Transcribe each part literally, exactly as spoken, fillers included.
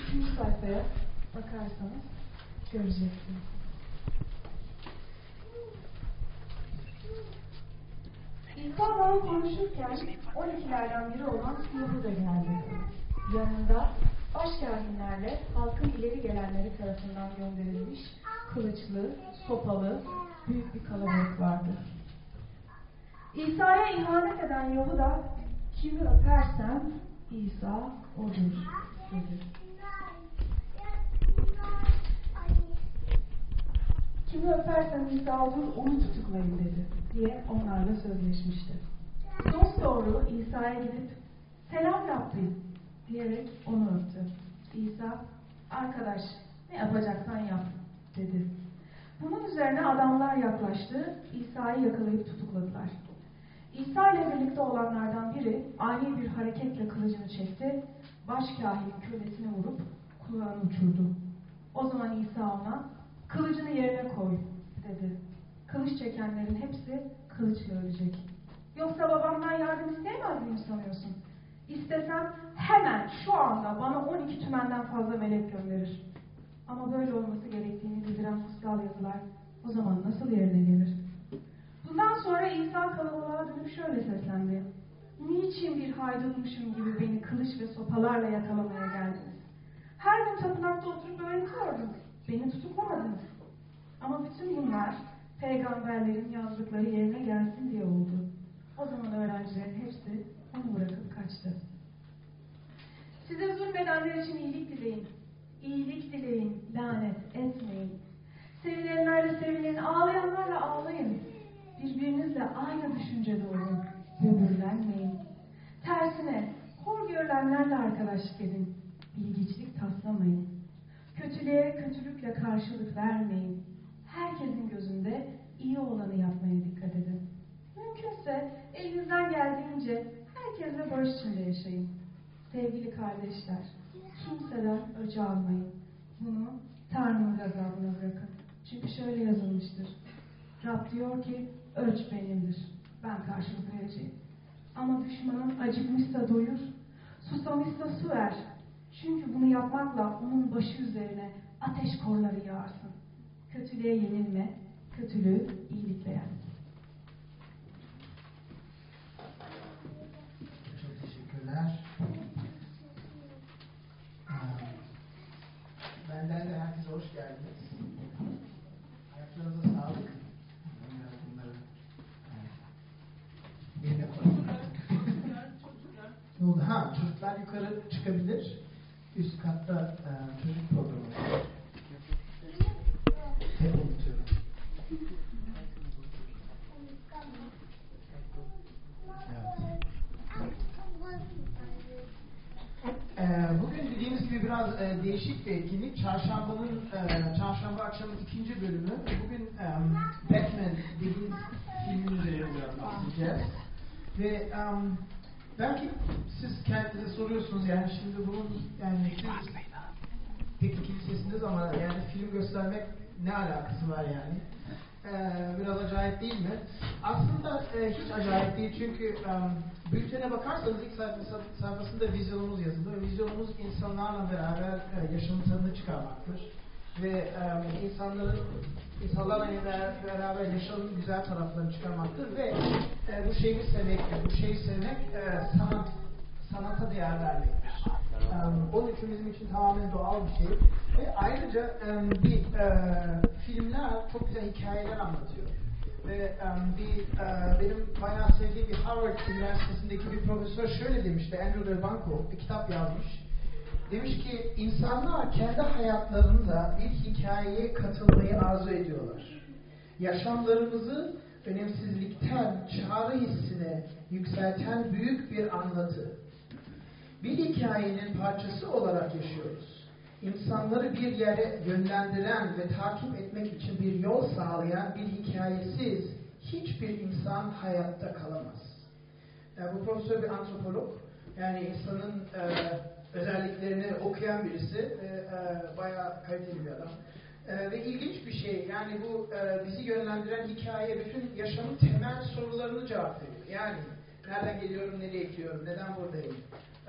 üçüncü sayfaya bakarsanız göreceksiniz. İsa daha konuşurken on ikilerden biri olan Yahuda geldi. Yanında başkâhinlerle halkın ileri gelenleri tarafından gönderilmiş kılıçlı, sopalı büyük bir kalabalık vardı. İsa'ya ihanet eden Yahuda, kimi öpersem İsa odur dedi. Kimi öpersem İsa odur, onu tutuklayın dedi diye onlarla sözleşmişti. Dosdoğru İsa'ya gidip selam yaptım diyerek onu öptü. İsa, arkadaş ne yapacaksan yap dedi. Bunun üzerine adamlar yaklaştı, İsa'yı yakalayıp tutukladılar. İsa ile birlikte olanlardan biri ani bir hareketle kılıcını çekti, başkâhinin kölesine vurup kulağını uçurdu. O zaman İsa ona, kılıcını yerine koy dedi. Kılıç çekenlerin hepsi kılıçla ölecek. Yoksa babamdan yardım isteyemez miyim sanıyorsun? İstesem hemen şu anda bana on iki tümenden fazla melek gönderir. Ama böyle olması gerektiğini bildiren kutsal yazılar o zaman nasıl yerine gelir? Bundan sonra İsa kalabalığa dönüp şöyle seslendi. Niçin bir haydutmuşum gibi beni kılıç ve sopalarla yakalamaya geldiniz? Her gün tapınakta oturup öğretiyordum. Beni tutuklamadınız. Ama bütün bunlar peygamberlerin yazdıkları yerine gelsin diye oldu. O zaman öğrencilerin hepsi onu bırakıp kaçtı. Size zulmedenler için iyilik dileyin. İyilik dileyin, lanet etmeyin. Sevilenlerle sevinin, ağlayanlarla ağlayın. Birbirinizle aynı düşüncede olun, böbürlenmeyin. Tersine, hor görülenlerle arkadaşlık edin. Bilgiçlik taslamayın. Kötülüğe kötülükle karşılık vermeyin. Herkesin gözünde iyi olanı yapmaya dikkat edin. Mümkünse elinizden geldiğince herkesle barış içinde yaşayın. Sevgili kardeşler, kimseden öc almayın. Bunu Tanrı'nın gazabına bırakın. Çünkü şöyle yazılmıştır. Rab diyor ki, ölç benimdir. Ben karşılık vereceğim. Ama düşmanın acıkmışsa doyur, susamışsa su ver. Çünkü bunu yapmakla onun başı üzerine ateş korları yağarsın. Kötülüğe yenilme, kötülüğü iyilikle yen. Çok teşekkürler. Benden de herkese hoş geldiniz. Ayaklarınıza sağlık. Bunları yerine koyun. Ne oldu? Ha, çocuklar yukarı çıkabilir. Üst katta e, çocuk programı var. Hep unutuyorum. Evet. E, bugün dediğimiz gibi biraz e, değişik bir etkinlik. Çarşambanın, e, çarşamba akşamın ikinci bölümü. Bugün e, Batman dediğimiz filmin üzerine biraz bahsedeceğiz. Ve um, belki siz kendinize soruyorsunuz yani şimdi bunun yani siz peki kilisesiniz ama yani film göstermek ne alakası var yani? Ee, biraz acayip değil mi? Aslında e, hiç acayip değil çünkü um, bültene bakarsanız ilk sayfası, sayfasında vizyonumuz yazılı ve vizyonumuz insanlarla beraber e, yaşamın tadını çıkarmaktır. Ve um, insanların insanlarla beraber yaşamın güzel taraflarını çıkarmaktır ve e, bu şeyi sevmektir. Bu şeyi sevmek e, sanat, sanata değer vermektir. Um, onun için bizim için tamamen doğal bir şey. Ve ayrıca um, bir uh, filmler çok güzel hikayeler anlatıyor. Ve um, bir uh, benim bayağı sevdiğim bir Harvard Üniversitesi'ndeki bir profesör şöyle demişti, Andrew Delbanco bir kitap yazmış. Demiş ki insanlar kendi hayatlarında bir hikayeye katılmayı arzu ediyorlar. Yaşamlarımızı önemsizlikten çağrı hissine yükselten büyük bir anlatı. Bir hikayenin parçası olarak yaşıyoruz. İnsanları bir yere yönlendiren ve takip etmek için bir yol sağlayan bir hikayesiz hiçbir insan hayatta kalamaz. Yani bu profesör bir antropolog. Yani insanın e, özelliklerini okuyan birisi ve e, bayağı kaliteli bir adam. E, ve ilginç bir şey. Yani bu e, bizi yönlendiren hikaye bütün yaşamın temel sorularını cevap veriyor. Yani nereden geliyorum, nereye gidiyorum, neden buradayım?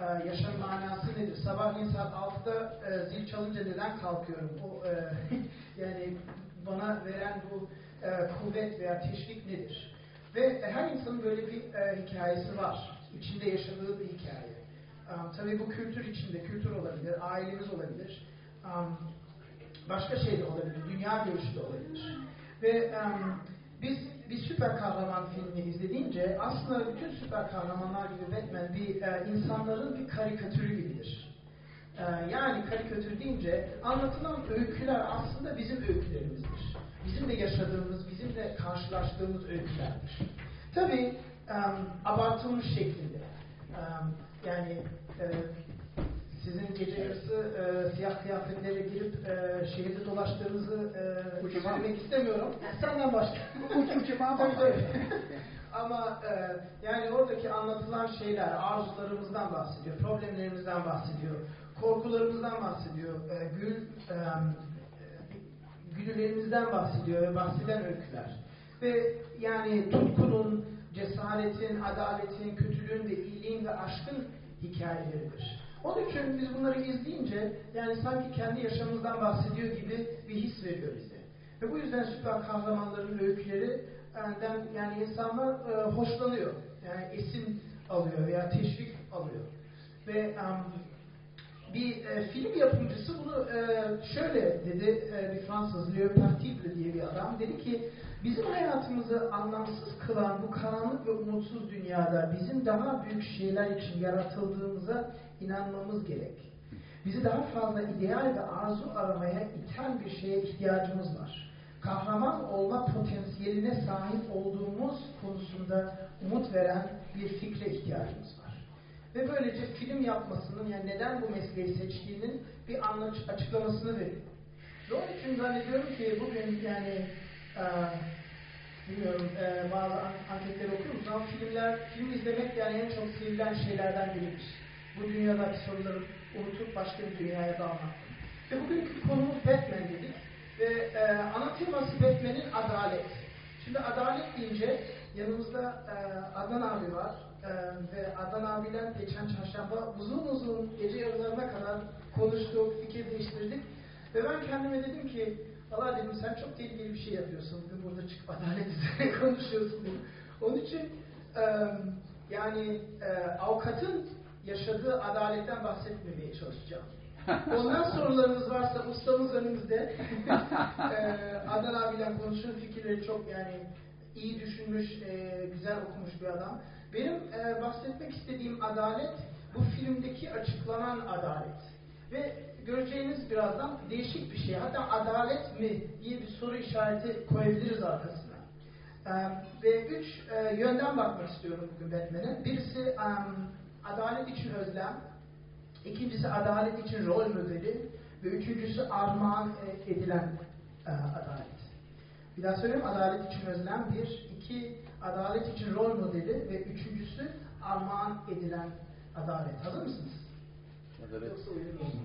e, yaşam manası nedir? Sabahleyin saat altıda e, zil çalınca neden kalkıyorum? O e, yani bana veren bu e, kuvvet veya teşvik nedir? Ve her insanın böyle bir e, hikayesi var. İçinde yaşadığı bir hikaye. Um, tabii bu kültür içinde, kültür olabilir, ailemiz olabilir, um, başka şey de olabilir, dünya görüşü de olabilir. Ve um, biz bir süper kahraman filmini izlediğince aslında bütün süper kahramanlar gibi Batman bir e, insanların bir karikatürü gibidir. E, yani karikatür deyince anlatılan öyküler aslında bizim öykülerimizdir. Bizim de yaşadığımız, bizim de karşılaştığımız öykülerdir. Tabii um, abartılmış şeklinde. Um, yani e, sizin gece yarısı e, siyah kıyafetlere girip e, şehirde dolaştığınızı e, söylemek istemiyorum. Senden başka. Ama e, yani oradaki anlatılan şeyler, arzularımızdan bahsediyor, problemlerimizden bahsediyor, korkularımızdan bahsediyor, e, gül, e, güdülerimizden bahsediyor ve bahseden öyküler. Ve yani tutkunun, cesaretin, adaletin, kötülüğün ve iyiliğin ve aşkın hikayeleridir. Onun için biz bunları izleyince yani sanki kendi yaşamımızdan bahsediyor gibi bir his veriyor bize. Ve bu yüzden süper kahramanların öykülerinden yani insanlar e, hoşlanıyor. Yani esin alıyor veya teşvik alıyor. Ve um, bir e, film yapımcısı bunu e, şöyle dedi, e, bir Fransız, Léopardible diye bir adam, dedi ki bizim hayatımızı anlamsız kılan bu karanlık ve umutsuz dünyada bizim daha büyük şeyler için yaratıldığımıza inanmamız gerek. Bizi daha fazla ideal ve arzu aramaya iten bir şeye ihtiyacımız var. Kahraman olma potansiyeline sahip olduğumuz konusunda umut veren bir fikre ihtiyacımız var. Ve böylece film yapmasının, yani neden bu mesleği seçtiğinin bir anlaç, açıklamasını veriyor. Ve onun için zannediyorum ki bugün yani e, bilmiyorum e, bazı anketleri okuyor musunuz ama filmler, film izlemek yani en çok sevilen şeylerden biridir. Bu dünyadaki soruları unutup başka bir dünyaya dalmak. Ve bugünkü konumuz Batman dedik. Ve e, ana teması Batman'in adalet. Şimdi adalet deyince yanımızda e, Adnan abi var. Ee, ve Adnan abiyle geçen çarşamba uzun uzun gece yarılarına kadar konuştuk, fikir değiştirdik. Ve ben kendime dedim ki, valla dedim sen çok tehlikeli bir şey yapıyorsun. Bugün burada çıkıp adalet üzerine konuşuyorsun. Onun için e, yani e, avukatın yaşadığı adaletten bahsetmemeye çalışacağım. Ondan sorularınız varsa ustamız önümüzde. e, Adnan abiyle konuşun, fikirleri çok yani iyi düşünmüş, e, güzel okumuş bir adam. Benim e, bahsetmek istediğim adalet, bu filmdeki açıklanan adalet. Ve göreceğiniz birazdan değişik bir şey. Hatta adalet mi diye bir soru işareti koyabiliriz arkasına. E, ve üç e, yönden bakmak istiyorum bugün Batman'e. Birisi um, adalet için özlem, ikincisi adalet için rol modeli ve üçüncüsü armağan edilen e, adalet. Bir daha söyleyeyim, adalet için özlem bir, iki, adalet için rol modeli ve üçüncüsü armağan edilen adalet. Hazır mısınız? Evet. Yoksa uyuyorsunuz.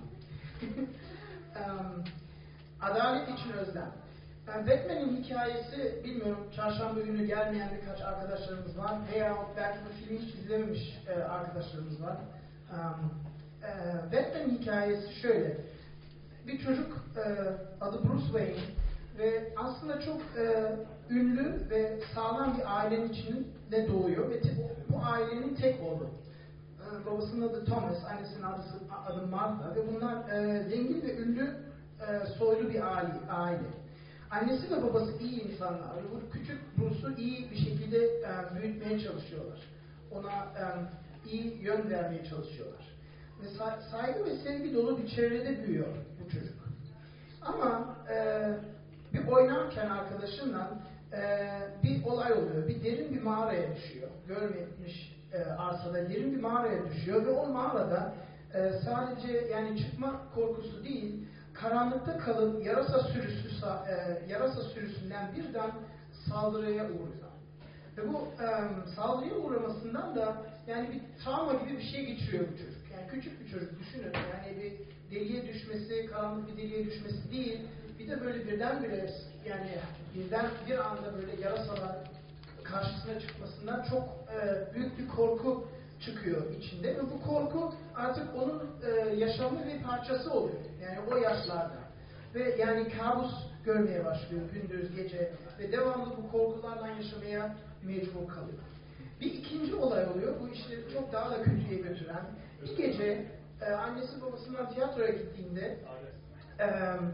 um, adalet için özlem. Yani Batman'in hikayesi, bilmiyorum, çarşamba günü gelmeyen birkaç arkadaşlarımız var veya belki bu filmi hiç izlememiş e, arkadaşlarımız var. Um, e, Batman'in hikayesi şöyle. Bir çocuk e, adı Bruce Wayne ve aslında çok e, ünlü ve sağlam bir ailenin içinde doğuyor ve te, bu ailenin tek oğlu. E, babasının adı Thomas, annesinin adı, adı Martha ve bunlar e, zengin ve ünlü e, soylu bir aile. aile. Annesi ve babası iyi insanlar ve bu küçük Bruce'u iyi bir şekilde e, büyütmeye çalışıyorlar. Ona e, iyi yön vermeye çalışıyorlar. Ve saygı ve sevgi dolu bir çevrede büyüyor bu çocuk. Ama e, bir oynarken arkadaşından e, bir olay oluyor. Bir derin bir mağaraya düşüyor. Görmemiş e, arsada derin bir mağaraya düşüyor ve o mağarada e, sadece yani çıkma korkusu değil, karanlıkta kalıp yarasa sürüsü e, yarasa sürüsünden birden saldırıya uğruyor. Ve bu e, saldırıya uğramasından da yani bir travma gibi bir şey geçiriyor bu çocuk. Yani küçük bir çocuk düşünün. Yani bir deliğe düşmesi, karanlık bir deliğe düşmesi değil. Bir de böyle birdenbire yani birden bir anda böyle yarasalar karşısına çıkmasından çok e, büyük bir korku çıkıyor içinde ve bu korku artık onun e, yaşamı bir parçası oluyor. Yani o yaşlarda. Ve yani kabus görmeye başlıyor gündüz gece ve devamlı bu korkularla yaşamaya mecbur kalıyor. Bir ikinci olay oluyor. Bu işleri çok daha da kötüye götüren. Bir gece e, annesi babasından tiyatroya gittiğinde e,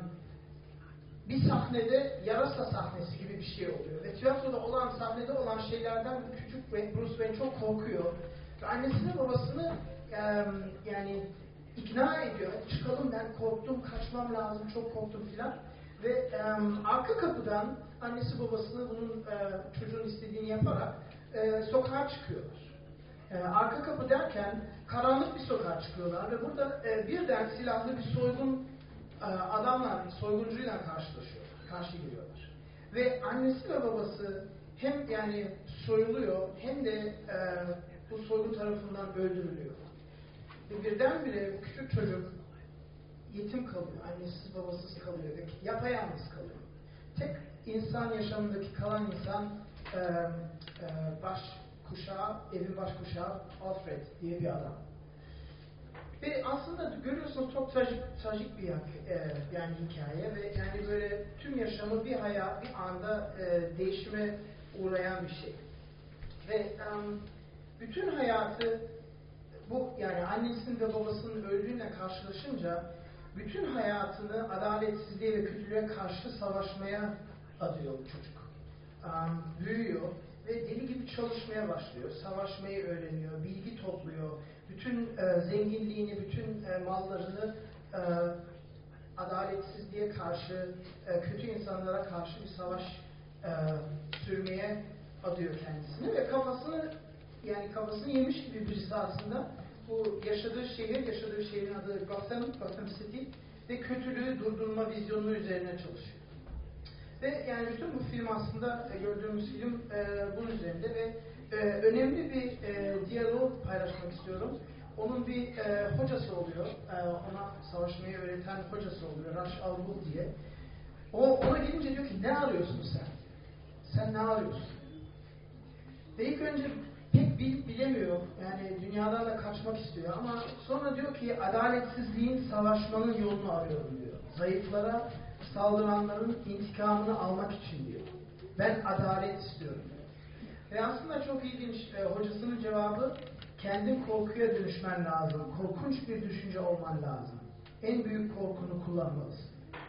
bir sahnede yarasa sahnesi gibi bir şey oluyor. Ve tiyatroda olan, sahnede olan şeylerden küçük Bruce Wayne çok korkuyor. Ve annesini babasını e, yani ikna ediyor. Çıkalım, ben korktum, kaçmam lazım, çok korktum filan. Ve e, arka kapıdan annesi babasını bunun e, çocuğun istediğini yaparak e, sokağa çıkıyorlar. E, arka kapı derken karanlık bir sokağa çıkıyorlar ve burada e, birden silahlı bir soygun e, adamla, soyguncuyla karşılaşıyor, karşı geliyorlar. Ve annesi ve babası hem yani soyuluyor hem de e, bu soygun tarafından öldürülüyor. Ve birdenbire küçük çocuk yetim kalıyor, annesiz babasız kalıyor ve yapayalnız kalıyor. Tek insan yaşamındaki kalan insan e, e, baş kuşağı, evin baş kuşağı Alfred diye bir adam. Ve aslında görüyorsunuz çok trajik, trajik bir e, yani hikaye ve yani böyle tüm yaşamı bir hayat, bir anda e, değişime uğrayan bir şey. Ve um, bütün hayatı bu yani annesinin ve babasının öldüğüne karşılaşınca bütün hayatını adaletsizliğe ve kötülüğe karşı savaşmaya adıyor bu çocuk. Um, büyüyor ve deli gibi çalışmaya başlıyor. Savaşmayı öğreniyor, bilgi topluyor. Bütün e, zenginliğini, bütün e, mallarını e, adaletsizliğe karşı, e, kötü insanlara karşı bir savaş e, sürmeye adıyor kendisini ve kafasını yani kafasını yemiş gibi birisi aslında bu yaşadığı şehir, yaşadığı şehrin adı Gotham, Gotham City ve kötülüğü durdurma vizyonu üzerine çalışıyor. Ve yani bütün bu film aslında e, gördüğümüz film e, bunun üzerinde ve e, önemli bir e, diyalog paylaşmak istiyorum. Onun bir e, hocası oluyor, e, ona savaşmayı öğreten hocası oluyor, Ra's al Ghul diye. O ona gelince diyor ki ne arıyorsun sen? Sen ne arıyorsun? Ve ilk önce pek bilip bilemiyor, yani dünyadan da kaçmak istiyor ama sonra diyor ki adaletsizliğin, savaşmanın yolunu arıyorum diyor. Zayıflara saldıranların intikamını almak için diyor. Ben adalet istiyorum diyor. Ve aslında çok ilginç, e, hocasının cevabı kendin korkuya dönüşmen lazım. Korkunç bir düşünce olman lazım. En büyük korkunu kullanmalısın.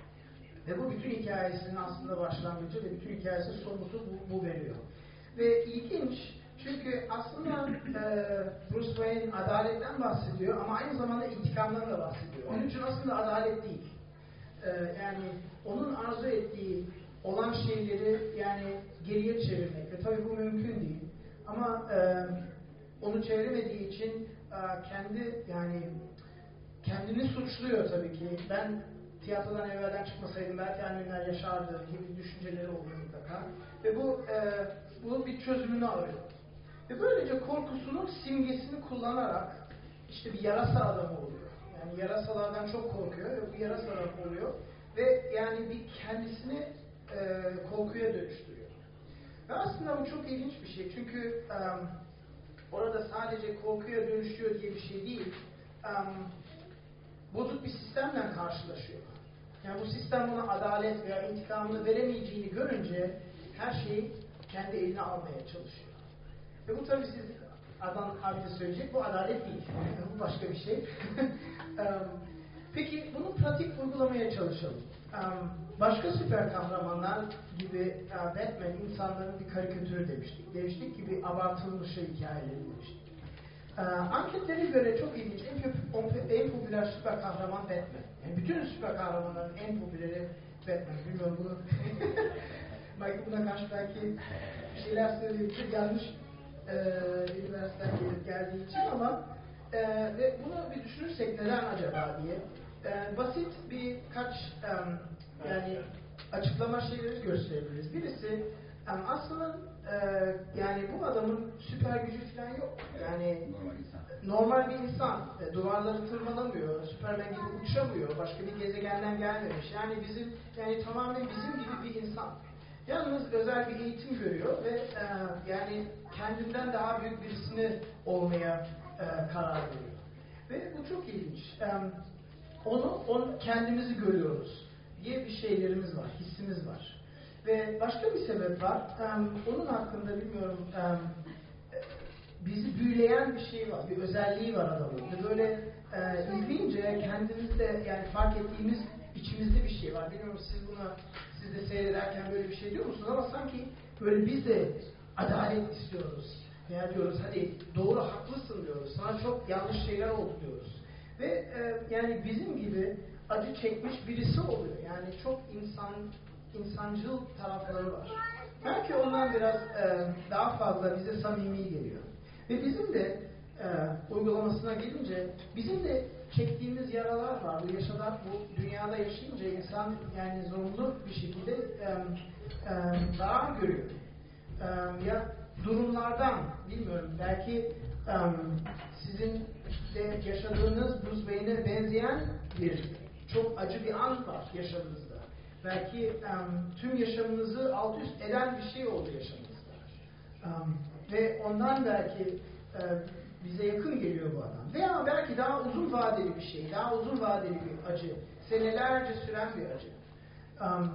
Ve bu bütün hikayesinin aslında başlangıcı ve bütün hikayesinin sonucu bu, bu veriyor. Ve ilginç çünkü aslında e, Bruce Wayne adaletten bahsediyor ama aynı zamanda intikamdan da bahsediyor. Onun için aslında adalet değil. E, yani onun arzu ettiği olan şeyleri yani geriye çevirmek ve tabii bu mümkün değil. Ama e, onu çeviremediği için e, kendi yani kendini suçluyor tabii ki. Ben tiyatrodan evvelden çıkmasaydım belki annemler yaşardı gibi düşünceleri oluyor mutlaka. Ve bu e, bunun bir çözümünü arıyor. Ve böylece korkusunun simgesini kullanarak işte bir yarasa adamı oluyor. Yani yarasalardan çok korkuyor ve bu yarasa adamı oluyor. Ve yani bir kendisini e, korkuya dönüştürüyor. Ve aslında bu çok ilginç bir şey. Çünkü um, orada sadece korkuya dönüşüyor diye bir şey değil. Um, bozuk bir sistemle karşılaşıyor. Yani bu sistem ona adalet veya intikamını veremeyeceğini görünce her şeyi kendi eline almaya çalışıyor. Ve bu tabii siz adam abi de söyleyecek, bu adalet değil. Bu başka bir şey. um, peki bunu pratik uygulamaya çalışalım. Um, başka süper kahramanlar gibi uh, Batman insanların bir karikatürü demiştik. Demiştik ki bir abartılmış hikayeleri demiştik. Uh, anketlere göre çok ilginç, en, en popüler süper kahraman Batman. Yani bütün süper kahramanların en popüleri Batman. Bilmiyorum bunu. Belki buna karşı belki bir şeyler söyleyip yanlış e, üniversiteden gelip geldiği için ama e, ve bunu bir düşünürsek neden acaba diye e, basit birkaç e, yani açıklama şeyleri gösterebiliriz. Birisi um, aslında e, yani bu adamın süper gücü falan yok. Yani normal insan. Normal bir insan. E, duvarları tırmalamıyor. Superman gibi uçamıyor. Başka bir gezegenden gelmemiş. Yani bizim yani tamamen bizim gibi bir insan. Yalnız özel bir eğitim görüyor ve e, yani kendinden daha büyük birisini olmaya e, karar veriyor. Ve bu çok ilginç. E, onu, onu kendimizi görüyoruz diye bir şeylerimiz var, hissimiz var. Ve başka bir sebep var. E, onun hakkında bilmiyorum, e, bizi büyüleyen bir şey var, bir özelliği var adamın. Ve böyle e, izleyince kendimizde yani fark ettiğimiz içimizde bir şey var. Bilmiyorum siz buna, siz de seyrederken böyle bir şey diyor musunuz ama sanki böyle biz de adalet istiyoruz. Veya diyoruz hadi doğru haklısın diyoruz. Sana çok yanlış şeyler oldu diyoruz. Ve e, yani bizim gibi acı çekmiş birisi oluyor. Yani çok insan insancıl tarafları var. Belki ondan biraz e, daha fazla bize samimi geliyor. Ve bizim de e, uygulamasına gelince bizim de çektiğimiz yaralar var. Bu yaşadan, bu dünyada yaşayınca insan yani zorunlu bir şekilde e, e, zarar görüyor. E, ya durumlardan bilmiyorum. Belki e, sizin de yaşadığınız Bruce Wayne'e benzeyen bir çok acı bir an var yaşamınızda. Belki um, tüm yaşamınızı alt üst eden bir şey oldu yaşamınızda. Um, ve ondan belki um, bize yakın geliyor bu adam. Veya belki daha uzun vadeli bir şey, daha uzun vadeli bir acı, senelerce süren bir acı. Um,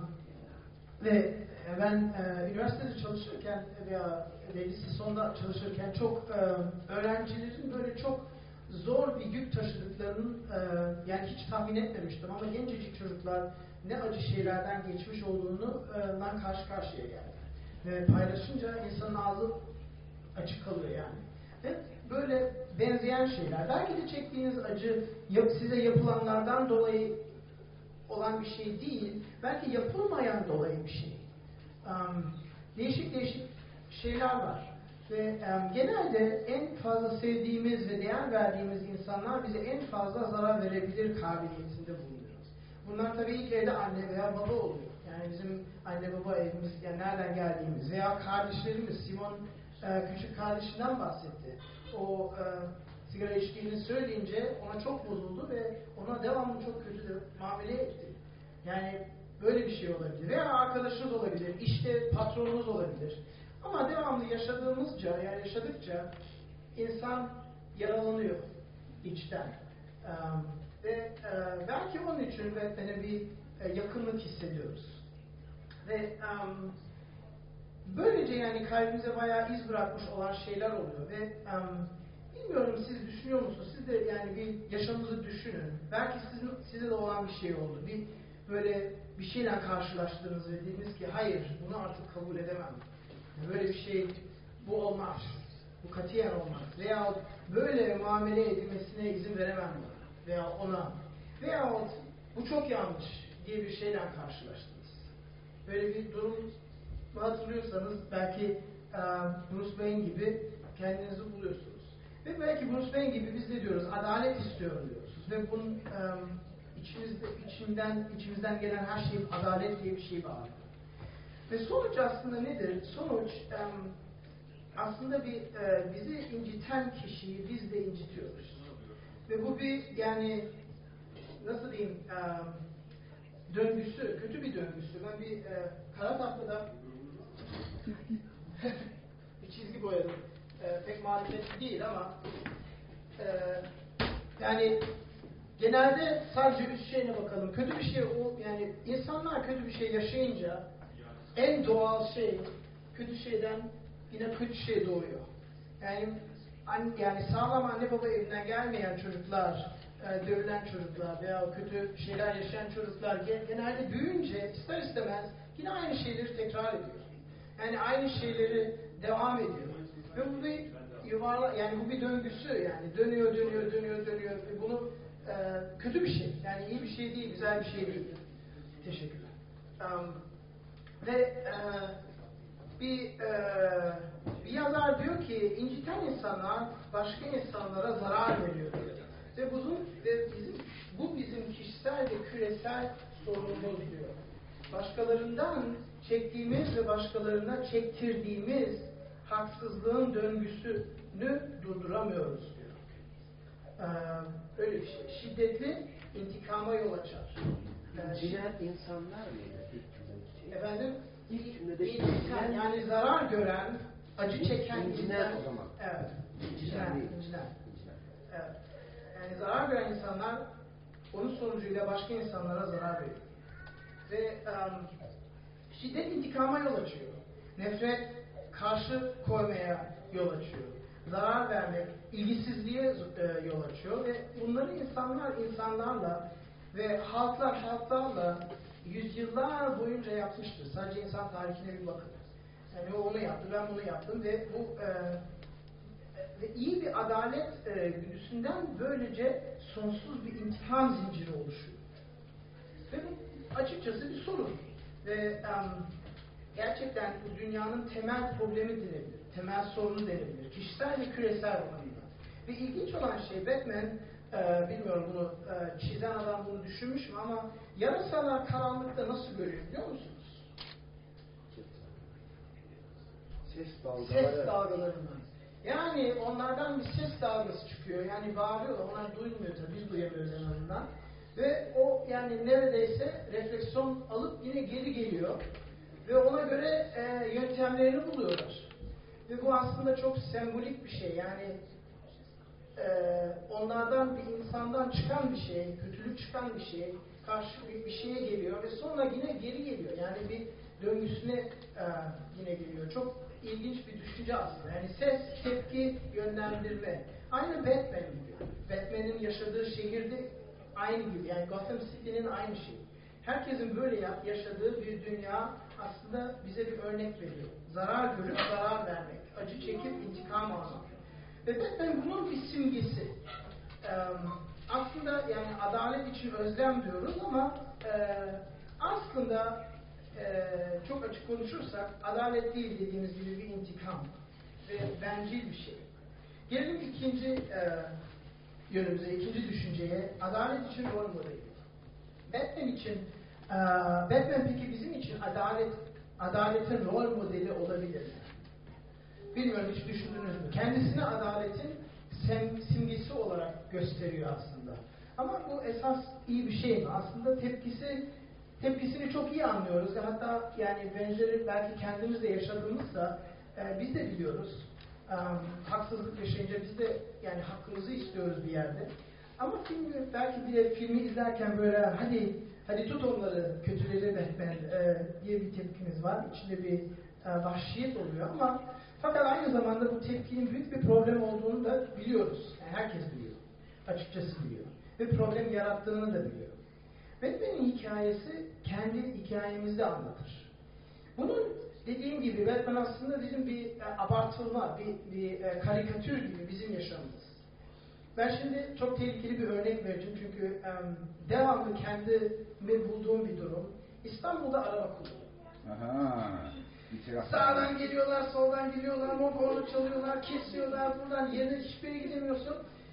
ve ben e, üniversitede çalışırken veya lise sonunda çalışırken çok e, öğrencilerin böyle çok zor bir yük taşıdıklarının e, yani hiç tahmin etmemiştim ama gencecik çocuklar ne acı şeylerden geçmiş olduğunu e, ben karşı karşıya geldim. Ve paylaşınca insanın ağzı açık kalıyor yani. Ve böyle benzeyen şeyler. Belki de çektiğiniz acı yap, size yapılanlardan dolayı olan bir şey değil, belki yapılmayan dolayı bir şey. Um, değişik değişik şeyler var. Ve um, genelde en fazla sevdiğimiz ve değer verdiğimiz insanlar bize en fazla zarar verebilir kabiliyetinde bulunuyoruz. Bunlar tabii ilk evde anne veya baba oluyor. Yani bizim anne baba evimiz, yani nereden geldiğimiz veya kardeşlerimiz, Simon e, küçük kardeşinden bahsetti. O e, sigara içtiğini söyleyince ona çok bozuldu ve ona devamlı çok kötü de muamele etti. Yani böyle bir şey olabilir. Veya arkadaşınız olabilir, işte patronunuz olabilir. Ama devamlı yaşadığımızca, yani yaşadıkça insan yaralanıyor içten. Um, ve e, belki onun için ve bir e, yakınlık hissediyoruz. Ve um, böylece yani kalbimize bayağı iz bırakmış olan şeyler oluyor. Ve um, bilmiyorum siz düşünüyor musunuz? Siz de yani bir yaşamınızı düşünün. Belki sizin, size de olan bir şey oldu. Bir böyle bir şeyle karşılaştınız ve dediniz ki hayır bunu artık kabul edemem. Böyle bir şey bu olmaz. Bu katiyen olmaz. Veya böyle muamele edilmesine izin veremem veya ona. Veya bu çok yanlış diye bir şeyle karşılaştınız. Böyle bir durum hatırlıyorsanız belki Bruce Wayne gibi kendinizi buluyorsunuz. Ve belki Bruce Wayne gibi biz de diyoruz adalet istiyorum diyoruz. Ve bunun içimizde, içimden, içimizden gelen her şeyin adalet diye bir şey var. Ve sonuç aslında nedir? Sonuç um, aslında bir e, bizi inciten kişiyi biz de incitiyoruz. Ve bu bir yani nasıl diyeyim um, döngüsü, kötü bir döngüsü. Ben bir e, kara tahtada bir çizgi boyadım. E, pek marifetli değil ama e, yani genelde sadece üst şeyine bakalım. Kötü bir şey o yani insanlar kötü bir şey yaşayınca en doğal şey kötü şeyden yine kötü şey doğuyor. Yani yani sağlam anne baba evinden gelmeyen çocuklar, e, dövülen çocuklar veya kötü şeyler yaşayan çocuklar genelde büyüyünce ister istemez yine aynı şeyleri tekrar ediyor. Yani aynı şeyleri devam ediyor. Ve bu bir yuvarla yani bu bir döngüsü yani dönüyor dönüyor dönüyor dönüyor ve bunu e, kötü bir şey. Yani iyi bir şey değil, güzel bir şey değil. Teşekkürler. Um, Ve e, bir, e, bir yazar diyor ki inciten insanlar başka insanlara zarar veriyor diyor. Ve, buzun, ve bizim, bu bizim kişisel ve küresel sorunumuz diyor. Başkalarından çektiğimiz ve başkalarına çektirdiğimiz haksızlığın döngüsünü durduramıyoruz diyor. Ee, öyle bir şey. Şiddetli intikama yol açar. Ee, Cinayet insanlar mıydı? Efendim? İlk cümlede İnsan, yani zarar gören, acı çeken incinen o zaman. Evet. İncinen değil. İncinen. Evet. Yani zarar veren insanlar onun sonucuyla başka insanlara zarar veriyor. Ve um, şiddet intikama yol açıyor. Nefret karşı koymaya yol açıyor. Zarar vermek, ilgisizliğe e, yol açıyor ve bunları insanlar insanlarla ve halklar halklarla yüzyıllar boyunca yapmıştır. Sadece insan tarihine bir bakın. Yani o onu yaptı, ben bunu yaptım ve bu e, ve iyi bir adalet e, güdüsünden böylece sonsuz bir intikam zinciri oluşuyor. Ve bu açıkçası bir sorun. Ve um, gerçekten bu dünyanın temel problemi denilebilir, temel sorunu denilebilir. Kişisel ve küresel anlamda. Ve ilginç olan şey Batman, e, bilmiyorum bunu e, çizen adam bunu düşünmüş mü ama yarasalar karanlıkta nasıl görüyor biliyor musunuz? Ses dalgaları. Ses dalgalarından. Yani onlardan bir ses dalgası çıkıyor. Yani bağırıyorlar. Onlar duymuyor tabii. Biz duyamıyoruz en azından. Ve o yani neredeyse refleksiyon alıp yine geri geliyor. Ve ona göre e, yöntemlerini buluyorlar. Ve bu aslında çok sembolik bir şey. Yani e, onlardan bir insandan çıkan bir şey, kötülük çıkan bir şey, karşı bir, bir şeye geliyor ve sonra yine geri geliyor. Yani bir döngüsüne e, yine geliyor. Çok ilginç bir düşünce aslında. Yani ses, tepki, yönlendirme. Aynı Batman gibi. Batman'in yaşadığı şehirde aynı gibi. Yani Gotham City'nin aynı şeyi. Herkesin böyle yaşadığı bir dünya aslında bize bir örnek veriyor. Zarar görüp zarar vermek. Acı çekip intikam almak. Ve Batman bunun bir simgesi. Ee, aslında yani adalet için özlem diyoruz ama e, aslında Ee, çok açık konuşursak adalet değil dediğimiz gibi bir intikam ve bencil bir şey. Gelelim ikinci e, yönümüze, ikinci düşünceye, adalet için rol modeli. Batman için, e, Batman peki bizim için adalet, adaletin rol modeli olabilir mi? Bilmiyorum, hiç düşündünüz mü? Kendisini adaletin sem, simgesi olarak gösteriyor aslında. Ama bu esas iyi bir şey mi? Aslında tepkisi Tepkisini çok iyi anlıyoruz. Hatta yani benzeri belki kendimiz de yaşadığımızda e, biz de biliyoruz. E, haksızlık yaşayınca biz de yani hakkımızı istiyoruz bir yerde. Ama filmi, belki bir de filmi izlerken böyle hadi hadi tut onları, kötüleri Batman e, diye bir tepkimiz var. İçinde bir e, vahşiyet oluyor ama fakat aynı zamanda bu tepkinin büyük bir problem olduğunu da biliyoruz. Yani herkes biliyor. Açıkçası biliyor. Ve problem yarattığını da biliyor. Batman'in hikayesi kendi hikayemizde anlatır. Bunun dediğim gibi Batman aslında bizim bir e, abartılma, bir, bir e, karikatür gibi bizim yaşamımız. Ben şimdi çok tehlikeli bir örnek vereceğim çünkü e, devamlı kendimi bulduğum bir durum. İstanbul'da araba kullanıyor. Aha. Sağdan geliyorlar, soldan geliyorlar, mokorunu çalıyorlar, kesiyorlar, buradan yerine hiçbir yere gidemiyorsun.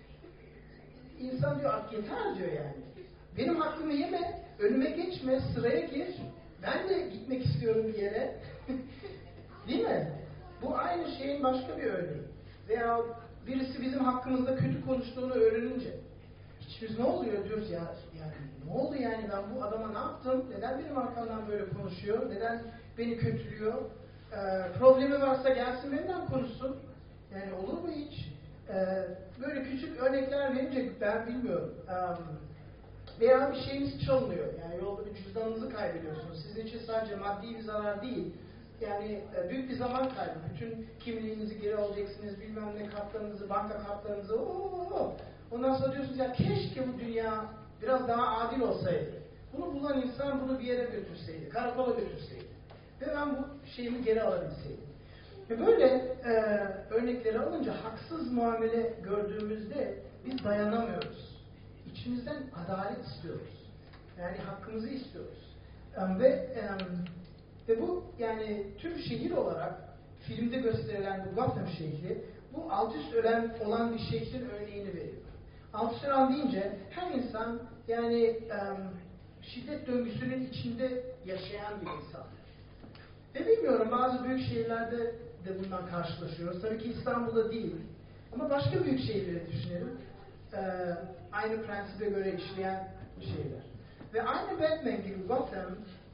İnsan diyor, yeter diyor yani. Benim hakkımı yeme, önüme geçme, sıraya gir. Ben de gitmek istiyorum bir yere. Değil mi? Bu aynı şeyin başka bir örneği. Veya birisi bizim hakkımızda kötü konuştuğunu öğrenince hiçbir ne oluyor diyoruz ya, yani ne oldu yani, ben bu adama ne yaptım? Neden benim arkamdan böyle konuşuyor? Neden beni kötülüyor? Ee, problemi varsa gelsin benimle konuşsun. Yani olur mu hiç? Ee, böyle küçük örnekler verince ben bilmiyorum. Um, Veya bir şeyiniz çalınıyor. Yani yolda bir cüzdanınızı kaybediyorsunuz. Sizin için sadece maddi bir zarar değil. Yani e, büyük bir zaman kaybı. Bütün kimliğinizi geri alacaksınız. Bilmem ne kartlarınızı, banka kartlarınızı. Oo. Ondan sonra diyorsunuz ya keşke bu dünya biraz daha adil olsaydı. Bunu bulan insan bunu bir yere götürseydi. Karakola götürseydi. Ve ben bu şeyimi geri alabilseydim. Ve böyle e, örnekleri alınca haksız muamele gördüğümüzde biz dayanamıyoruz. İçimizden adalet istiyoruz. Yani hakkımızı istiyoruz. Um, ve um, ve bu yani tüm şehir olarak filmde gösterilen bu Gotham şehri bu alt üst ölen olan bir şehrin örneğini veriyor. Alt üst ölen deyince her insan yani um, şiddet döngüsünün içinde yaşayan bir insan. Ve bilmiyorum bazı büyük şehirlerde de bundan karşılaşıyoruz. Tabii ki İstanbul'da değil. Ama başka büyük şehirleri düşünelim. Ee, aynı prensibe göre işleyen şeyler. Ve aynı Batman gibi Gotham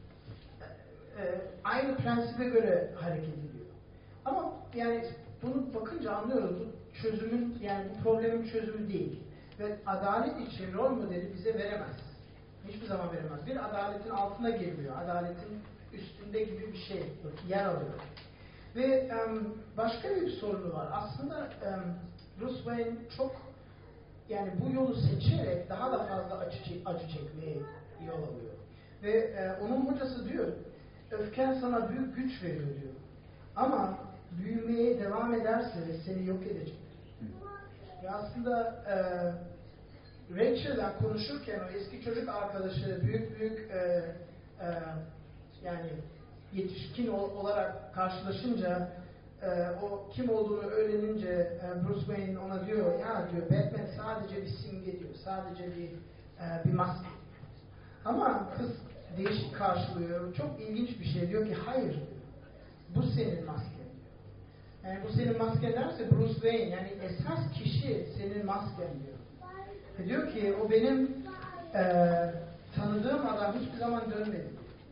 e, aynı prensibe göre hareket ediyor. Ama yani bunu bakınca anlıyoruz. Bu çözümün, yani bu problemin çözümü değil. Ve adalet için rol modeli bize veremez. Hiçbir zaman veremez. Bir adaletin altına geliyor. Adaletin üstünde gibi bir şey yer alıyor. Ve um, başka bir sorunu var. Aslında um, Bruce Wayne çok, yani bu yolu seçerek daha da fazla acı, acı çekmeye yol alıyor. Ve e, onun hocası diyor, öfken sana büyük güç veriyor diyor. Ama büyümeye devam ederse seni yok edecek. Ve aslında e, Rachel'la konuşurken o eski çocuk arkadaşı büyük büyük e, e, yani yetişkin olarak karşılaşınca, e, o kim olduğunu öğrenince e, Bruce Wayne ona diyor, ya diyor, Batman sadece bir simge diyor, sadece bir e, bir maske. Ama kız değişik karşılıyor, çok ilginç bir şey, diyor ki hayır diyor, bu senin masken diyor. Yani bu senin masken derse Bruce Wayne, yani esas kişi senin masken diyor. Ve diyor ki o benim e, tanıdığım adam hiçbir zaman dönmedi.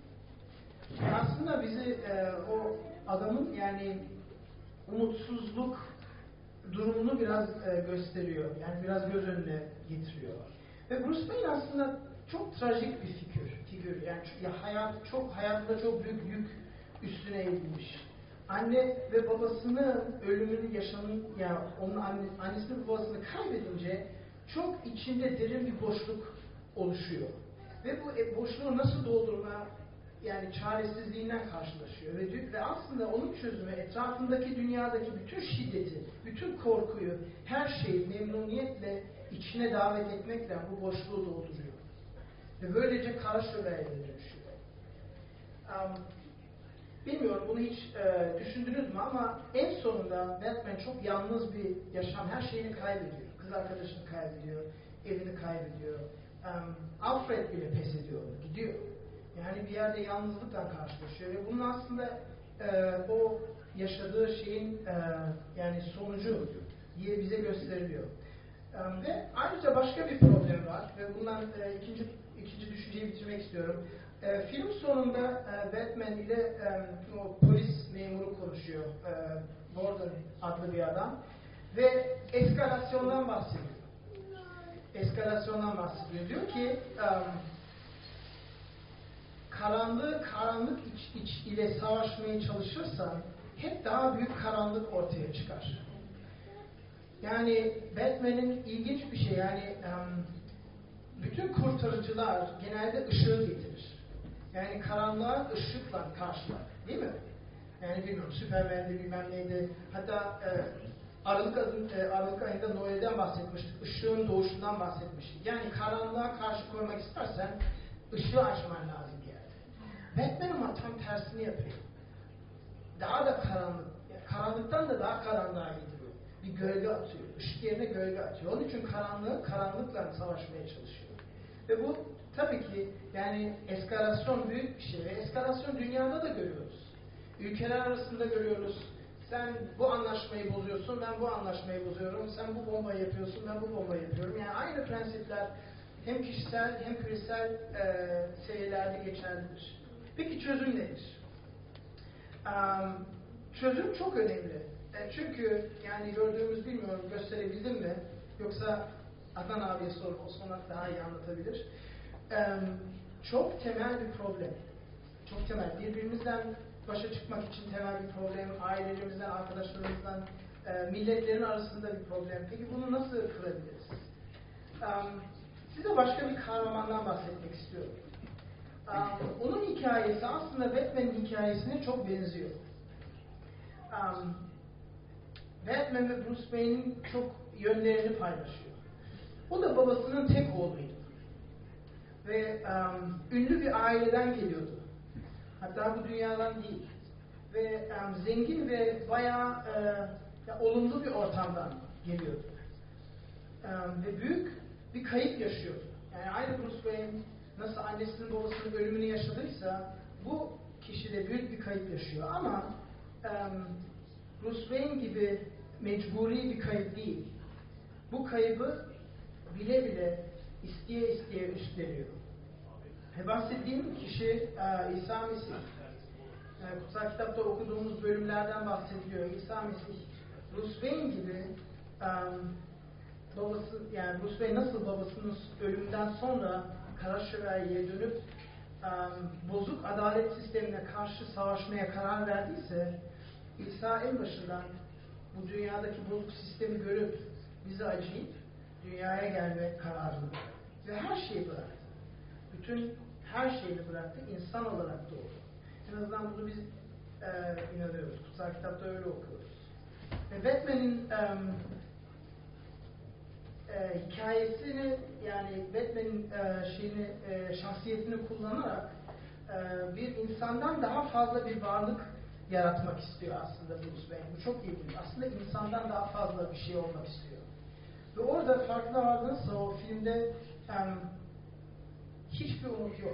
Aslında bizi e, o adamın yani umutsuzluk durumunu biraz e, gösteriyor. Yani biraz göz önüne getiriyor. Ve Bruce Wayne aslında çok trajik bir figür. figür. Yani ya hayat çok hayatında çok büyük yük üstüne eğilmiş. Anne ve babasının ölümünü yaşamın, yani onun anne, annesini babasını kaybedince çok içinde derin bir boşluk oluşuyor. Ve bu e, boşluğu nasıl doldurma, yani çaresizliğinden karşılaşıyor. Ve, ve aslında onun çözümü etrafındaki dünyadaki bütün şiddeti, bütün korkuyu, her şeyi memnuniyetle içine davet etmekle bu boşluğu dolduruyor. Ve böylece kara şövalye dönüşüyor. Um, bilmiyorum bunu hiç e, düşündünüz mü ama en sonunda Batman çok yalnız bir yaşam, her şeyini kaybediyor. Kız arkadaşını kaybediyor, evini kaybediyor. Um, Alfred bile pes ediyor, gidiyor. Yani bir yerde yalnızlıkla karşılaşıyor ve bunun aslında e, o yaşadığı şeyin e, yani sonucu diye bize gösteriliyor. E, ve ayrıca başka bir problem var ve bundan e, ikinci ikinci düşünceyi bitirmek istiyorum. E, film sonunda e, Batman ile e, o polis memuru konuşuyor. E, Gordon adlı bir adam ve eskalasyondan bahsediyor. Eskalasyondan bahsediyor. Diyor ki um, karanlığı karanlık iç, iç ile savaşmaya çalışırsan hep daha büyük karanlık ortaya çıkar. Yani Batman'in ilginç bir şey, yani um, bütün kurtarıcılar genelde ışığı getirir. Yani karanlığa ışıkla karşılar. Değil mi? Yani bilmiyorum, Superman'de bilmem neydi. Hatta e, Aralık, e, Aralık ayında Noel'den bahsetmiştik. Işığın doğuşundan bahsetmiştik. Yani karanlığa karşı koymak istersen ışığı açman lazım bir yerde. Batman ama tam tersini yapıyor. Daha da karanlık. Yani karanlıktan da daha karanlığa gidiyor. Bir gölge atıyor. Işık yerine gölge atıyor. Onun için karanlığı karanlıkla savaşmaya çalışıyor. Ve bu tabii ki yani eskalasyon büyük bir şey. Ve eskalasyon dünyada da görüyoruz. Ülkeler arasında görüyoruz. Sen bu anlaşmayı bozuyorsun, ben bu anlaşmayı bozuyorum. Sen bu bombayı yapıyorsun, ben bu bombayı yapıyorum. Yani aynı prensipler hem kişisel hem küresel e, seviyelerde geçerlidir. Peki çözüm nedir? Um, çözüm çok önemli. E, çünkü yani gördüğümüz, bilmiyorum gösterebildim mi? Yoksa Adnan abiye sorup Osman daha iyi anlatabilir. Um, çok temel bir problem. Çok temel. Birbirimizden başa çıkmak için temel bir problem, ailelerimizden, arkadaşlarımızdan, e, milletlerin arasında bir problem. Peki bunu nasıl kırabiliriz? Um, size başka bir kahramandan bahsetmek istiyorum. Um, onun hikayesi aslında Batman'in hikayesine çok benziyor. Um, Batman ve Bruce Wayne'in çok yönlerini paylaşıyor. O da babasının tek oğluydu. Ve um, ünlü bir aileden geliyordu. Hatta bu dünyadan değil. Ve um, zengin ve bayağı e, ya, olumlu bir ortamdan geliyordu. Um, ve büyük bir kayıp yaşıyordu. Yani aynı Bruce Wayne nasıl annesinin babasının ölümünü yaşadıysa bu kişi de büyük bir kayıp yaşıyor. Ama um, Bruce Wayne gibi mecburi bir kayıp değil. Bu kaybı bile bile isteye isteye üstleniyor. Ve bahsettiğim kişi e, İsa Mesih. Yani kutsal kitapta okuduğumuz bölümlerden bahsediliyor. İsa Mesih, Bruce Wayne gibi um, babası, yani Bruce Wayne nasıl babasının ölümünden sonra Kara Şövalye'ye dönüp um, bozuk adalet sistemine karşı savaşmaya karar verdiyse, İsa en başından bu dünyadaki bozuk sistemi görüp bize acıyıp dünyaya gelme kararını ve her şeyi bıraktı. Bütün her şeyini bıraktı, insan olarak doğdu. En azından bunu biz e, inanıyoruz. Kutsal kitapta öyle okuyoruz. Ve Batman'in e, e, hikayesini, yani Batman'in e, şeyini, e, şahsiyetini kullanarak e, bir insandan daha fazla bir varlık yaratmak istiyor aslında Bruce Wayne. Bu çok ilginç. Aslında insandan daha fazla bir şey olmak istiyor. Ve orada farkına vardığınızda o filmde um, hiçbir umut yok.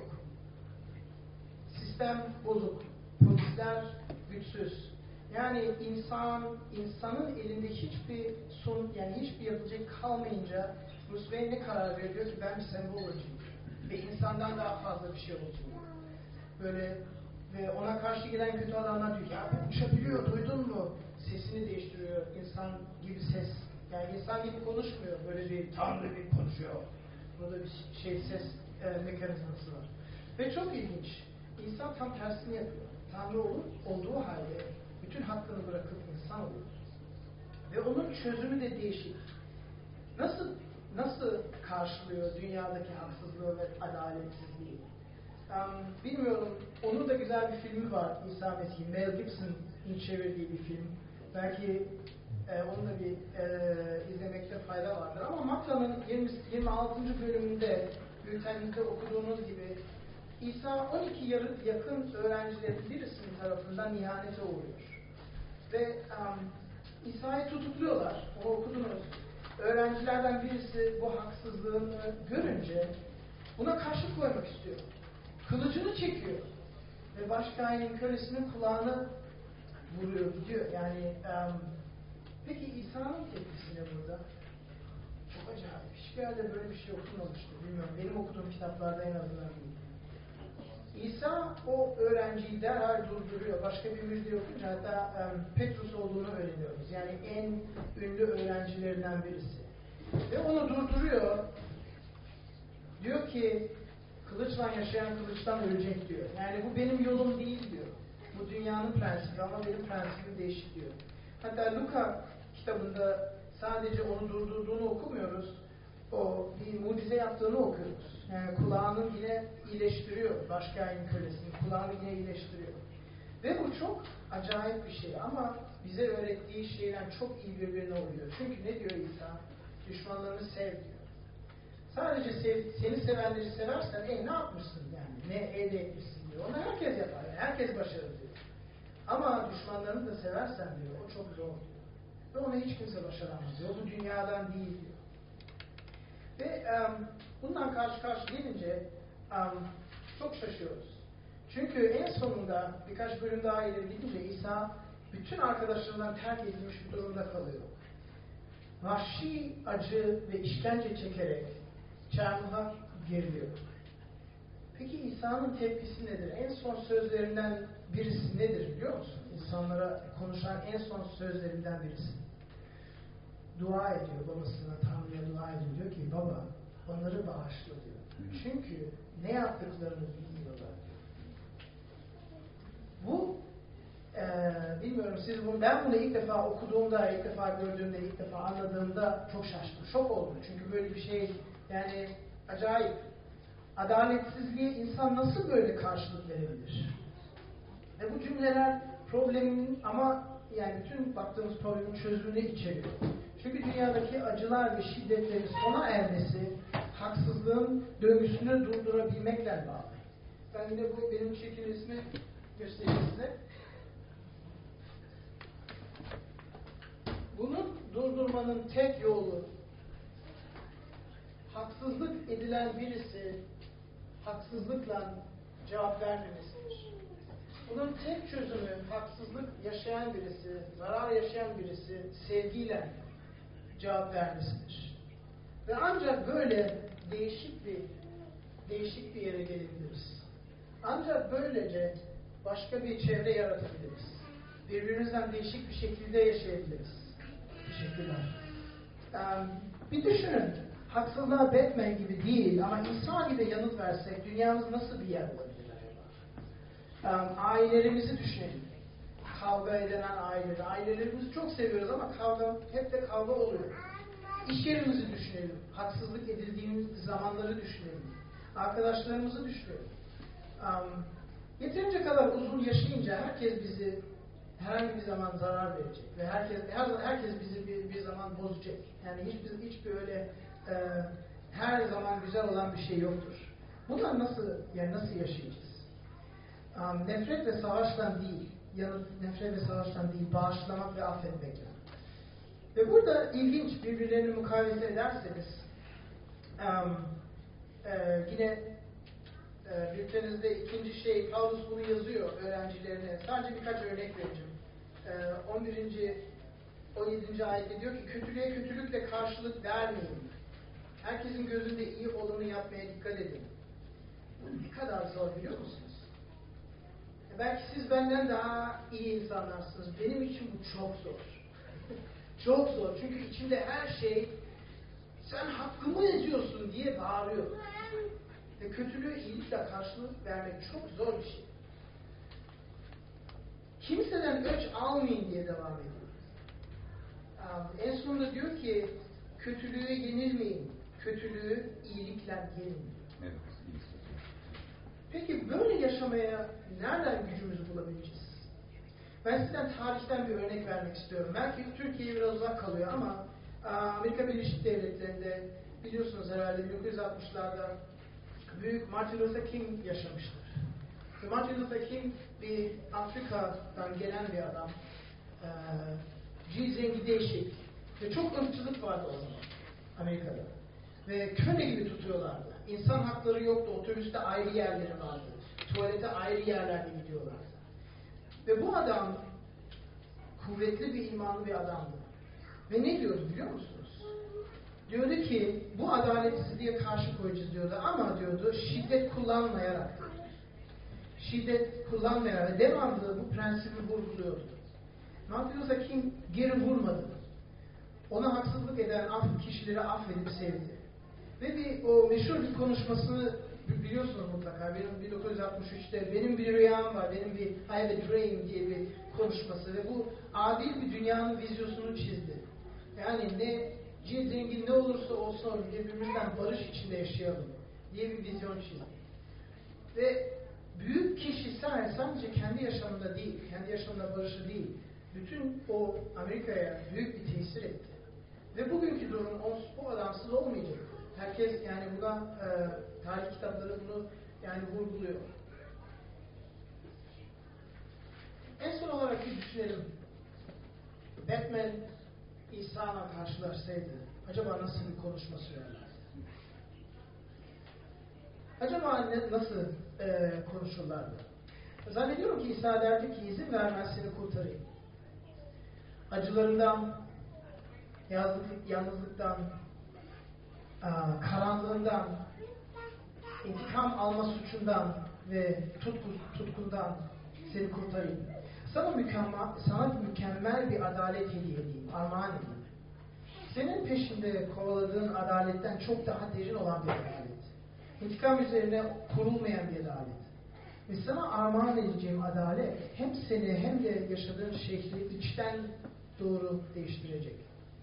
Sistem bozuk. Polisler güçsüz. Yani insan, insanın elinde hiçbir son, yani hiçbir yapılacak kalmayınca Bruce Wayne ne karar veriyor ki ben bir sembol olacağım. Ve insandan daha fazla bir şey olacağım. Böyle ve ona karşı gelen kötü adamlar diyor ya bu uçabiliyor, duydun mu? Sesini değiştiriyor. İnsan gibi ses. Yani insan gibi konuşmuyor. Böyle bir tanrı gibi konuşuyor. Burada bir şey ses e, mekanizması var. Ve çok ilginç. İnsan tam tersini yapıyor. Tanrı olur, olduğu halde bütün hakkını bırakıp insan oluyor. Ve onun çözümü de değişik. Nasıl nasıl karşılıyor dünyadaki haksızlığı ve adaletsizliği? Um, bilmiyorum, onun da güzel bir filmi var İsa Mesih. Mel Gibson'ın çevirdiği bir film. Belki e, onu da bir e, izlemekte fayda vardır. Ama Matta'nın yirmi altıncı bölümünde bültenimizde okuduğunuz gibi İsa on iki yarı yakın öğrencilerin birisinin tarafından ihanete uğruyor. Ve um, İsa'yı tutukluyorlar. Onu okudunuz. Öğrencilerden birisi bu haksızlığını görünce buna karşı koymak istiyor. Kılıcını çekiyor. Ve başkâhinin kölesinin kulağını vuruyor, gidiyor. Yani um, peki İsa'nın tepkisi ne burada? Çok acayip. Hiçbir yerde böyle bir şey okunmamıştı. Bilmiyorum. Benim okuduğum kitaplarda en azından değil. İsa o öğrenciyi derhal durduruyor. Başka bir müjde okunca hatta um, Petrus olduğunu öğreniyoruz. Yani en ünlü öğrencilerinden birisi. Ve onu durduruyor. Diyor ki kılıçla yaşayan kılıçtan ölecek diyor. Yani bu benim yolum değil diyor. Bu dünyanın prensibi ama benim prensibim değişik diyor. Hatta Luka kitabında sadece onu durdurduğunu okumuyoruz. O bir mucize yaptığını okuyoruz. Yani kulağını yine iyileştiriyor. Başkâhinin kölesini. Kulağını yine iyileştiriyor. Ve bu çok acayip bir şey ama bize öğrettiği şeyden çok iyi birbirine uyuyor. Çünkü ne diyor İsa? Düşmanlarını sev diyor. Sadece sev, seni sevenleri seversen e ne yapmışsın yani? Ne elde etmişsin diyor. Onu herkes yapar. Yani herkes başarır diyor. Ama düşmanlarını da seversen diyor. O çok zor diyor. Ve onu hiç kimse başaramaz diyor. Bu dünyadan değil diyor. Ve um, bundan karşı karşı gelince um, çok şaşıyoruz. Çünkü en sonunda birkaç bölüm daha ileri gidince İsa bütün arkadaşlarından terk edilmiş bir durumda kalıyor. Vahşi acı ve işkence çekerek çarmıha geriliyor. Peki İsa'nın tepkisi nedir? En son sözlerinden birisi nedir biliyor musun? İnsanlara konuşan en son sözlerinden birisi. Dua ediyor babasına, Tanrı'ya dua ediyor. Diyor ki baba onları bağışla diyor. Çünkü ne yaptıklarını bilmiyorlar diyor. Bu e, bilmiyorum siz bunu, ben bunu ilk defa okuduğumda, ilk defa gördüğümde, ilk defa anladığımda çok şaştım. Şok oldum. Çünkü böyle bir şey yani acayip. Adaletsizliğe insan nasıl böyle karşılık verebilir? Ve bu cümleler problemin ama yani bütün baktığımız problemin çözümünü içeriyor. Çünkü dünyadaki acılar ve şiddetlerin sona ermesi haksızlığın döngüsünü durdurabilmekle bağlı. Ben yine bu benim çekilmesini göstereyim size. Bunu durdurmanın tek yolu haksızlık edilen birisi haksızlıkla cevap vermemesidir. Bunun tek çözümü haksızlık yaşayan birisi, zarar yaşayan birisi sevgiyle cevap vermesidir. Ve ancak böyle değişik bir değişik bir yere gelebiliriz. Ancak böylece başka bir çevre yaratabiliriz. Birbirimizden değişik bir şekilde yaşayabiliriz. Teşekkürler. Um, bir düşünün, haksızlığa Batman gibi değil ama insan gibi yanıt versek dünyamız nasıl bir yer olabilir acaba? Um, ailelerimizi düşünelim. Kavga edilen aileler. Ailelerimizi çok seviyoruz ama kavga, hep de kavga oluyor. İş yerimizi düşünelim. Haksızlık edildiğimiz zamanları düşünelim. Arkadaşlarımızı düşünelim. Um, yeterince kadar uzun yaşayınca herkes bizi herhangi bir zaman zarar verecek ve herkes her herkes bizi bir, bir zaman bozacak. Yani hiçbir hiçbir öyle e, her zaman güzel olan bir şey yoktur. Bunlar nasıl yani nasıl yaşayacağız? Um, nefret ve savaştan değil, yanıt nefret ve savaştan değil, bağışlamak ve affetmekle. Ve burada ilginç, birbirlerini mukayese ederseniz um, e, yine e, bültenizde ikinci şey, Paulus bunu yazıyor öğrencilerine. Sadece birkaç örnek vereceğim. E, on birinci on yedinci ayette diyor ki kötülüğe kötülükle karşılık vermeyin. Herkesin gözünde iyi olanı yapmaya dikkat edin. Bu ne kadar zor biliyor musunuz? E, belki siz benden daha iyi insanlarsınız. Benim için bu çok zor. Çok zor. Çünkü içimde her şey sen hakkımı eziyorsun diye bağırıyor. Ve kötülüğe iyilikle karşılık vermek çok zor bir şey. Kimseden öç almayın diye devam ediyor. En sonunda diyor ki kötülüğe yenilmeyin. Kötülüğü iyilikle yenin. Evet. Peki böyle yaşamaya nereden gücümüzü bulabileceğiz? Ben sizden tarihten bir örnek vermek istiyorum. Belki Türkiye'ye biraz uzak kalıyor ama Amerika Birleşik Devletleri'nde biliyorsunuz herhalde bin dokuz yüz altmışlarda büyük Martin Luther King yaşamıştır. Ve Martin Luther King bir Afrika'dan gelen bir adam. Ee, Cins rengi değişik. Ve çok ırkçılık vardı o zaman Amerika'da. Ve köle gibi tutuyorlardı. İnsan hakları yoktu. Otobüste ayrı yerleri vardı. Tuvalete ayrı yerlerde gidiyorlardı. Ve bu adam kuvvetli bir imanlı bir adamdı. Ve ne diyordu biliyor musunuz? Diyordu ki bu adaletsizliğe karşı koyacağız diyordu ama diyordu şiddet kullanmayarak şiddet kullanmayarak ve devamlı bu prensibi vurguluyordu. Martin Luther King geri vurmadı. Ona haksızlık eden kişileri affedip sevdi. Ve bir o meşhur bir konuşmasını biliyorsunuz mutlaka. Benim bin dokuz yüz altmış üçte benim bir rüyam var, benim bir I have a dream diye bir konuşması ve bu adil bir dünyanın vizyosunu çizdi. Yani ne cins rengi ne olursa olsun birbirimizden barış içinde yaşayalım diye bir vizyon çizdi. Ve büyük kişi sadece kendi yaşamında değil, kendi yaşamında barışı değil, bütün o Amerika'ya büyük bir tesir etti. Ve bugünkü durum o adamsız olmayacak. Herkes yani buna e, tarih kitapları bunu yani vurguluyor. En son olarak bir düşünelim. Batman İsa'la karşılaşsaydı acaba nasıl bir konuşma söylerlerdi? Acaba ne, nasıl e, konuşurlardı? Zannediyorum ki İsa derdi ki izin vermez seni kurtarayım. Acılarından, yazlık, yalnızlıktan, karanlığından, intikam alma suçundan ve tutku, tutkundan seni kurtarayım. Sana mükemmel, sana mükemmel bir adalet hediye edeyim, armağan edeyim. Senin peşinde kovaladığın adaletten çok daha derin olan bir adalet. İntikam üzerine kurulmayan bir adalet. Ve sana armağan edeceğim adalet hem seni hem de yaşadığın şehri içten doğru değiştirecek.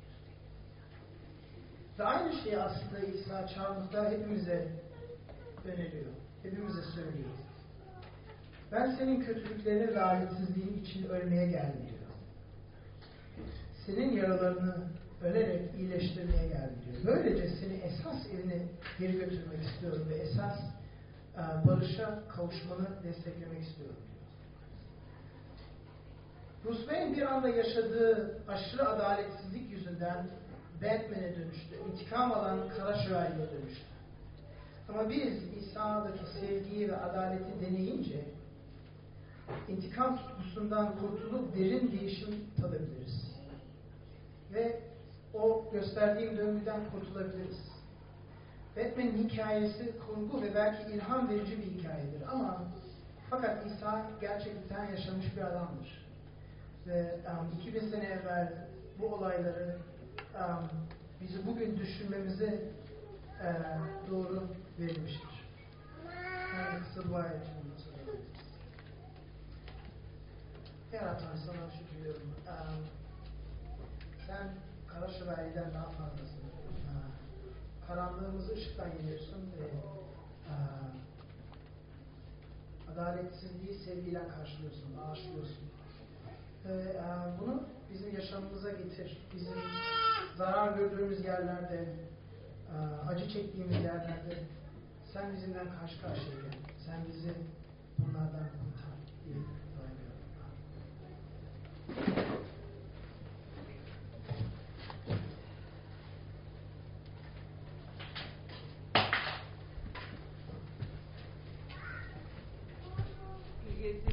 Ve aynı şeyi aslında İsa çağımızda hepimize öneriyor. Hepimize söylüyor. Ben senin kötülüklerini ve adaletsizliğin için ölmeye geldim diyor. Senin yaralarını ölerek iyileştirmeye geldim diyor. Böylece seni esas evine geri götürmek istiyorum ve esas barışa kavuşmanı desteklemek istiyorum diyor. Bruce Wayne bir anda yaşadığı aşırı adaletsizlik yüzünden Batman'e dönüştü. İntikam alan kara şövalye dönüştü. Ama biz İsa'daki sevgiyi ve adaleti deneyince intikam tutkusundan kurtulup derin değişim tadabiliriz. Ve o gösterdiğim döngüden kurtulabiliriz. Batman'in hikayesi kurgu ve belki ilham verici bir hikayedir ama fakat İsa gerçekten yaşamış bir adamdır. Ve um, iki bin sene evvel bu olayları um, bizi bugün düşünmemize e, doğru verilmiştir. Yani kısa dua edeceğim. Yaratan sana şükürüyorum. Ee, sen kara şövalyeden daha fazlasın. Ee, karanlığımızı ışıktan yeniyorsun ve e, adaletsizliği sevgiyle karşılıyorsun, bağışlıyorsun. Ve e, bunu bizim yaşamımıza getir. Bizim zarar gördüğümüz yerlerde, e, acı çektiğimiz yerlerde sen bizimle karşı karşıya gel. Sen bizi bunlardan kurtar diye dua ediyorum. Bilgesi